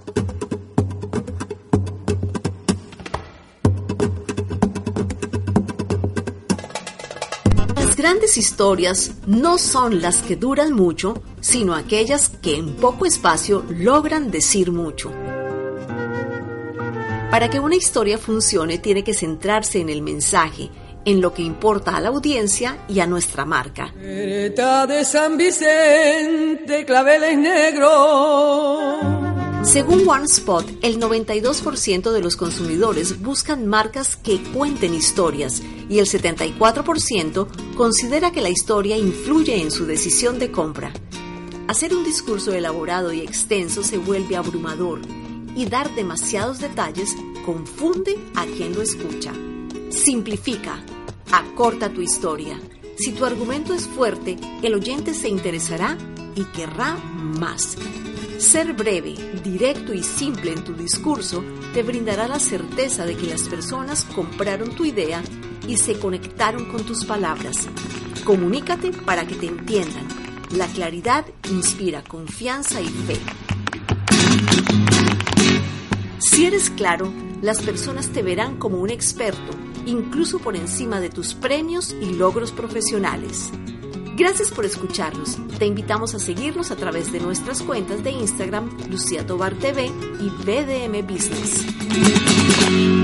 Las grandes historias no son las que duran mucho, sino aquellas que en poco espacio logran decir mucho. Para que una historia funcione, tiene que centrarse en el mensaje, en lo que importa a la audiencia y a nuestra marca. Vereta de San Vicente, claveles negros. Según OneSpot, el 92% de los consumidores buscan marcas que cuenten historias y el 74% considera que la historia influye en su decisión de compra. Hacer un discurso elaborado y extenso se vuelve abrumador y dar demasiados detalles confunde a quien lo escucha. Simplifica, acorta tu historia. Si tu argumento es fuerte, el oyente se interesará y querrá más. Ser breve, directo y simple en tu discurso te brindará la certeza de que las personas compraron tu idea y se conectaron con tus palabras. Comunícate para que te entiendan. La claridad inspira confianza y fe. Si eres claro, las personas te verán como un experto, incluso por encima de tus premios y logros profesionales. Gracias por escucharnos. Te invitamos a seguirnos a través de nuestras cuentas de Instagram, Lucía Tovar TV y BDM Business.